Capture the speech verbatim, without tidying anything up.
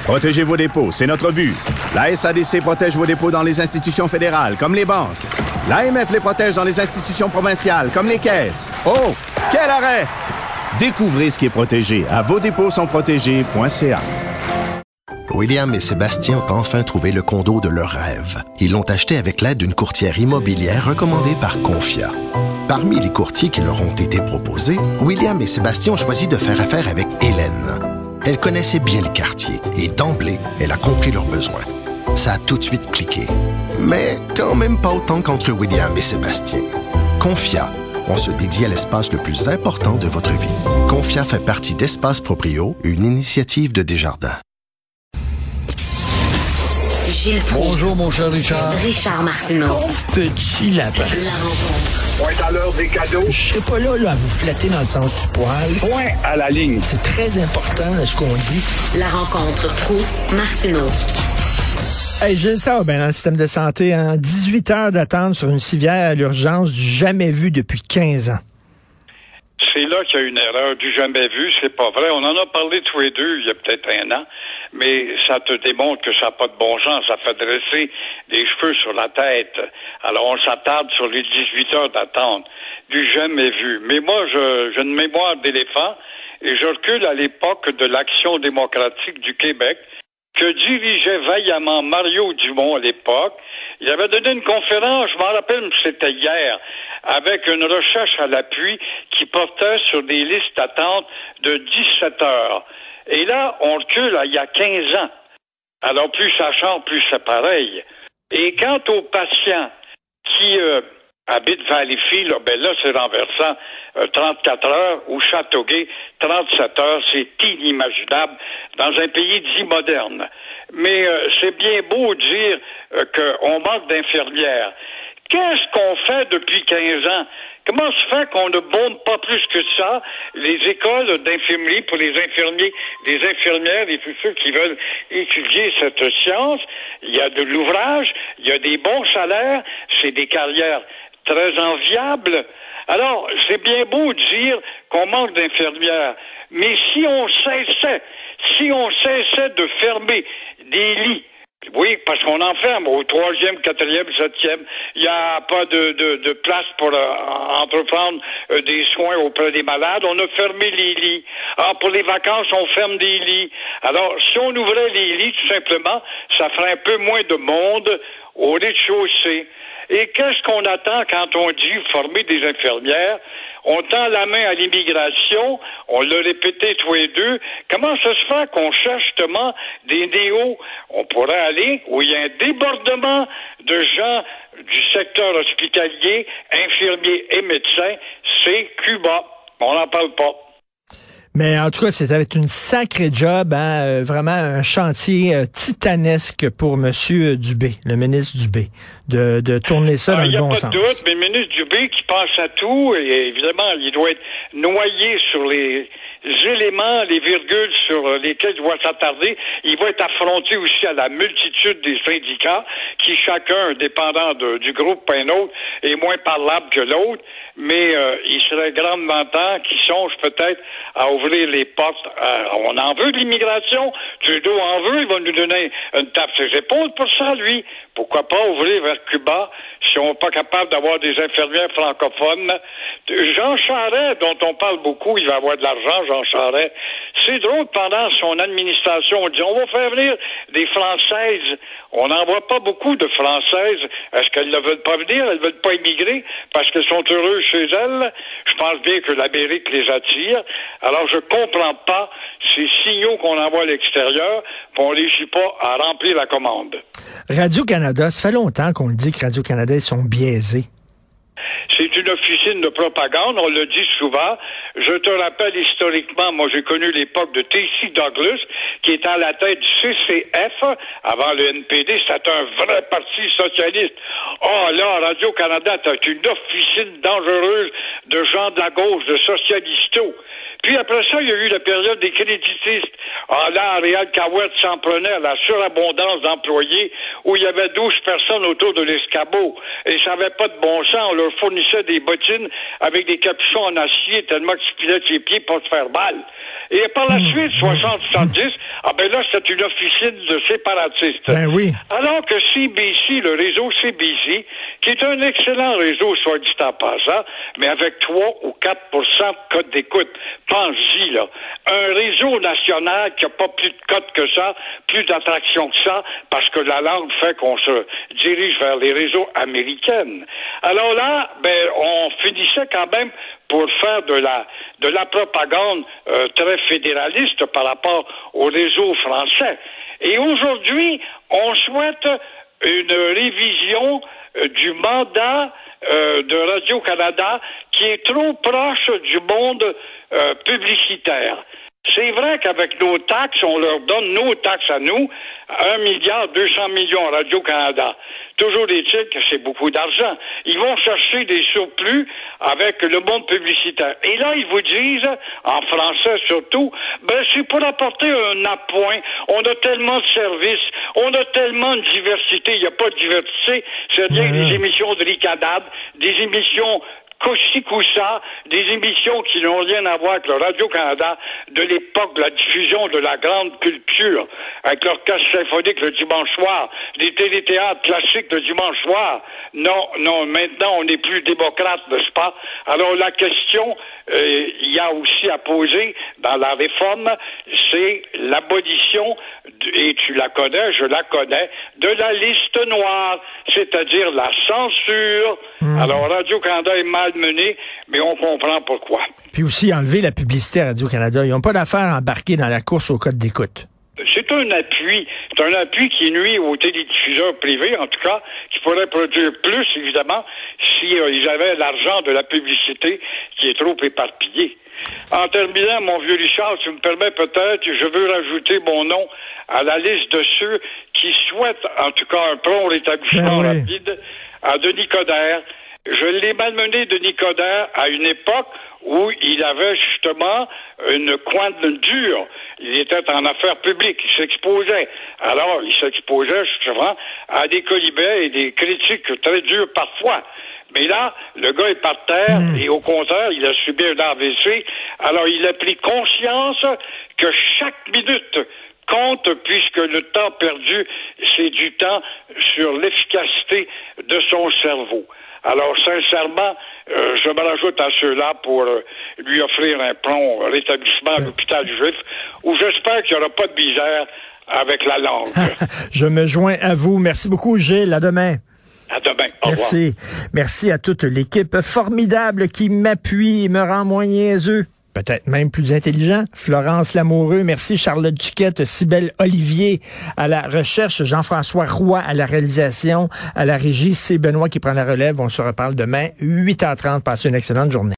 Protégez vos dépôts, c'est notre but. La S A D C protège vos dépôts dans les institutions fédérales, comme les banques. L'A M F les protège dans les institutions provinciales, comme les caisses. Oh, quel arrêt! Découvrez ce qui est protégé à vos dépôts sont protégés point c a. William et Sébastien ont enfin trouvé le condo de leur rêve. Ils l'ont acheté avec l'aide d'une courtière immobilière recommandée par Confia. Parmi les courtiers qui leur ont été proposés, William et Sébastien ont choisi de faire affaire avec Hélène. Elle connaissait bien le quartier et d'emblée, elle a compris leurs besoins. Ça a tout de suite cliqué. Mais quand même pas autant qu'entre William et Sébastien. Confia, on se dédie à l'espace le plus important de votre vie. Confia fait partie d'Espace Proprio, une initiative de Desjardins. Gilles Proulx. Bonjour, mon cher Richard. Richard Martineau. Petit lapin. La rencontre. Point à l'heure des cadeaux. Je serai pas là, là à vous flatter dans le sens du poil. Point à la ligne. C'est très important, ce qu'on dit. La rencontre Proulx-Martineau. Hey, Gilles, ça va bien dans le système de santé. Hein? dix-huit heures d'attente sur une civière à l'urgence du jamais vu depuis quinze ans. C'est là qu'il y a une erreur du jamais vu, c'est pas vrai. On en a parlé tous les deux il y a peut-être un an, mais ça te démontre que ça n'a pas de bon sens. Ça fait dresser des cheveux sur la tête. Alors on s'attarde sur les dix-huit heures d'attente du jamais vu. Mais moi, je, j'ai une mémoire d'éléphant et je recule à l'époque de l'Action démocratique du Québec que dirigeait vaillamment Mario Dumont à l'époque. Il avait donné une conférence, je m'en rappelle, c'était hier, avec une recherche à l'appui qui portait sur des listes d'attente de dix-sept heures. Et là, on recule à il y a quinze ans. Alors, plus ça change, plus c'est pareil. Et quant aux patients qui euh, habitent Valleyfield, là, ben là, c'est renversant. Euh, trente-quatre heures, ou Châteauguay, trente-sept heures, c'est inimaginable dans un pays dit moderne. Mais euh, c'est bien beau dire euh, qu'on manque d'infirmières. Qu'est-ce qu'on fait depuis quinze ans? Comment se fait qu'on ne bombe pas plus que ça les écoles d'infirmerie pour les infirmiers, les infirmières et tous ceux qui veulent étudier cette science? Il y a de l'ouvrage, il y a des bons salaires, c'est des carrières très enviables. Alors, c'est bien beau dire qu'on manque d'infirmières, mais si on cessait, si on cessait de fermer des lits, oui, parce qu'on enferme au troisième, quatrième, septième. Il n'y a pas de, de, de place pour euh, entreprendre euh, des soins auprès des malades. On a fermé les lits. Alors, pour les vacances, on ferme des lits. Alors, si on ouvrait les lits, tout simplement, ça ferait un peu moins de monde au rez-de-chaussée. Et qu'est-ce qu'on attend quand on dit former des infirmières? On tend la main à l'immigration, on l'a répété tous les deux. Comment ça se fait qu'on cherche justement des néos? On pourrait aller où il y a un débordement de gens du secteur hospitalier, infirmiers et médecins, c'est Cuba. On n'en parle pas. Mais en tout cas, c'était une sacrée job, hein, euh, vraiment un chantier euh, titanesque pour M. Dubé, le ministre Dubé, de, de tourner ça dans ah, le bon sens. Il n'y a pas de doute, mais le ministre Dubé qui pense à tout, et évidemment, il doit être noyé sur les éléments, les virgules sur lesquels il doit s'attarder. Il va être affronté aussi à la multitude des syndicats qui, chacun, dépendant de, du groupe un autre, est moins parlable que l'autre. Mais euh, il serait grandement temps qu'il songe peut-être à ouvrir les portes. Euh, on en veut de l'immigration. Trudeau en veut. Il va nous donner une tape sur les épaules pour ça, lui. Pourquoi pas ouvrir vers Cuba si on n'est pas capable d'avoir des infirmières francophones? Jean Charest, dont on parle beaucoup, il va avoir de l'argent, Jean Charest. C'est drôle, pendant son administration, on dit on va faire venir des Françaises. On n'en voit pas beaucoup de Françaises. Est-ce qu'elles ne veulent pas venir? Elles ne veulent pas immigrer parce qu'elles sont heureuses chez elles? Je pense bien que l'Amérique les attire. Alors, je comprends pas ces signaux qu'on envoie à l'extérieur, puis on ne réussit pas à remplir la commande. Radio-Canada, ça fait longtemps qu'on le dit que Radio-Canada, ils sont biaisés. C'est une officine de propagande, on le dit souvent. Je te rappelle historiquement, moi j'ai connu l'époque de T C Douglas, qui était à la tête du C C F, avant le N P D, c'était un vrai parti socialiste. Oh là, Radio-Canada, c'est une officine dangereuse de gens de la gauche, de socialistos. Puis après ça, il y a eu la période des créditistes. Ah là, Ariel Cowett s'en prenait à la surabondance d'employés où il y avait douze personnes autour de l'escabeau. Et ça n'avait pas de bon sens. On leur fournissait des bottines avec des capuchons en acier tellement que tu pilais tes pieds pour te faire mal. Et par la suite, soixante soixante-dix, ah ben là, c'est une officine de séparatistes. Ben oui. Alors que C B C, le réseau C B C, qui est un excellent réseau, soit dit en passant, mais avec trois ou quatre pour cent de cote d'écoute. Pense-y, là. Un réseau national qui n'a pas plus de cote que ça, plus d'attraction que ça, parce que la langue fait qu'on se dirige vers les réseaux américains. Alors là, ben, on finissait quand même pour faire de la de la propagande euh, très fédéraliste par rapport au réseau français. Et aujourd'hui, on souhaite une révision euh, du mandat euh, de Radio-Canada qui est trop proche du monde euh, publicitaire. C'est vrai qu'avec nos taxes, on leur donne nos taxes à nous, un milliard deux cents millions à Radio-Canada. Toujours est-il que c'est beaucoup d'argent. Ils vont chercher des surplus avec le monde publicitaire. Et là, ils vous disent, en français surtout, ben c'est pour apporter un appoint. On a tellement de services, on a tellement de diversité. Il n'y a pas de diversité, c'est-à-dire mmh. des émissions de ricanade, des émissions Coussi-Coussa, des émissions qui n'ont rien à voir avec le Radio-Canada de l'époque de la diffusion de la grande culture, avec l'orchestre symphonique le dimanche soir, des téléthéâtres classiques le dimanche soir. Non, non, maintenant on n'est plus démocrate, n'est-ce pas? Alors la question, euh, il y a aussi à poser dans la réforme, c'est l'abolition, et tu la connais, je la connais, de la liste noire, c'est-à-dire la censure. Mmh. Alors Radio-Canada est mal mené, mais on comprend pourquoi. Puis aussi enlever la publicité à Radio-Canada. Ils n'ont pas d'affaire à embarquer dans la course au code d'écoute. C'est un appui. C'est un appui qui nuit aux télédiffuseurs privés, en tout cas, qui pourraient produire plus, évidemment, si euh, ils avaient l'argent de la publicité qui est trop éparpillé. En terminant, mon vieux Richard, tu me permets peut-être, je veux rajouter mon nom à la liste de ceux qui souhaitent, en tout cas, un prompt rétablissement ben oui. rapide à Denis Coderre. Je l'ai malmené, Denis Coderre, à une époque où il avait justement une coin dure. Il était en affaires publiques, il s'exposait. Alors, il s'exposait justement à des colibets et des critiques très dures parfois. Mais là, le gars est par terre mmh. et au contraire, il a subi un A V C. Alors, il a pris conscience que chaque minute compte, puisque le temps perdu, c'est du temps sur l'efficacité de son cerveau. Alors, sincèrement, euh, je me rajoute à ceux-là pour euh, lui offrir un prompt rétablissement à l'hôpital juif, où j'espère qu'il n'y aura pas de misère avec la langue. Je me joins à vous. Merci beaucoup, Gilles. À demain. À demain. Au Merci. revoir. Merci à toute l'équipe formidable qui m'appuie et me rend moins niaiseux. Peut-être même plus intelligent. Florence Lamoureux, merci. Charlotte Duquette, Cybèle Olivier à la recherche, Jean-François Roy à la réalisation, à la régie. C'est Benoît qui prend la relève. On se reparle demain, huit heures trente. Passez une excellente journée.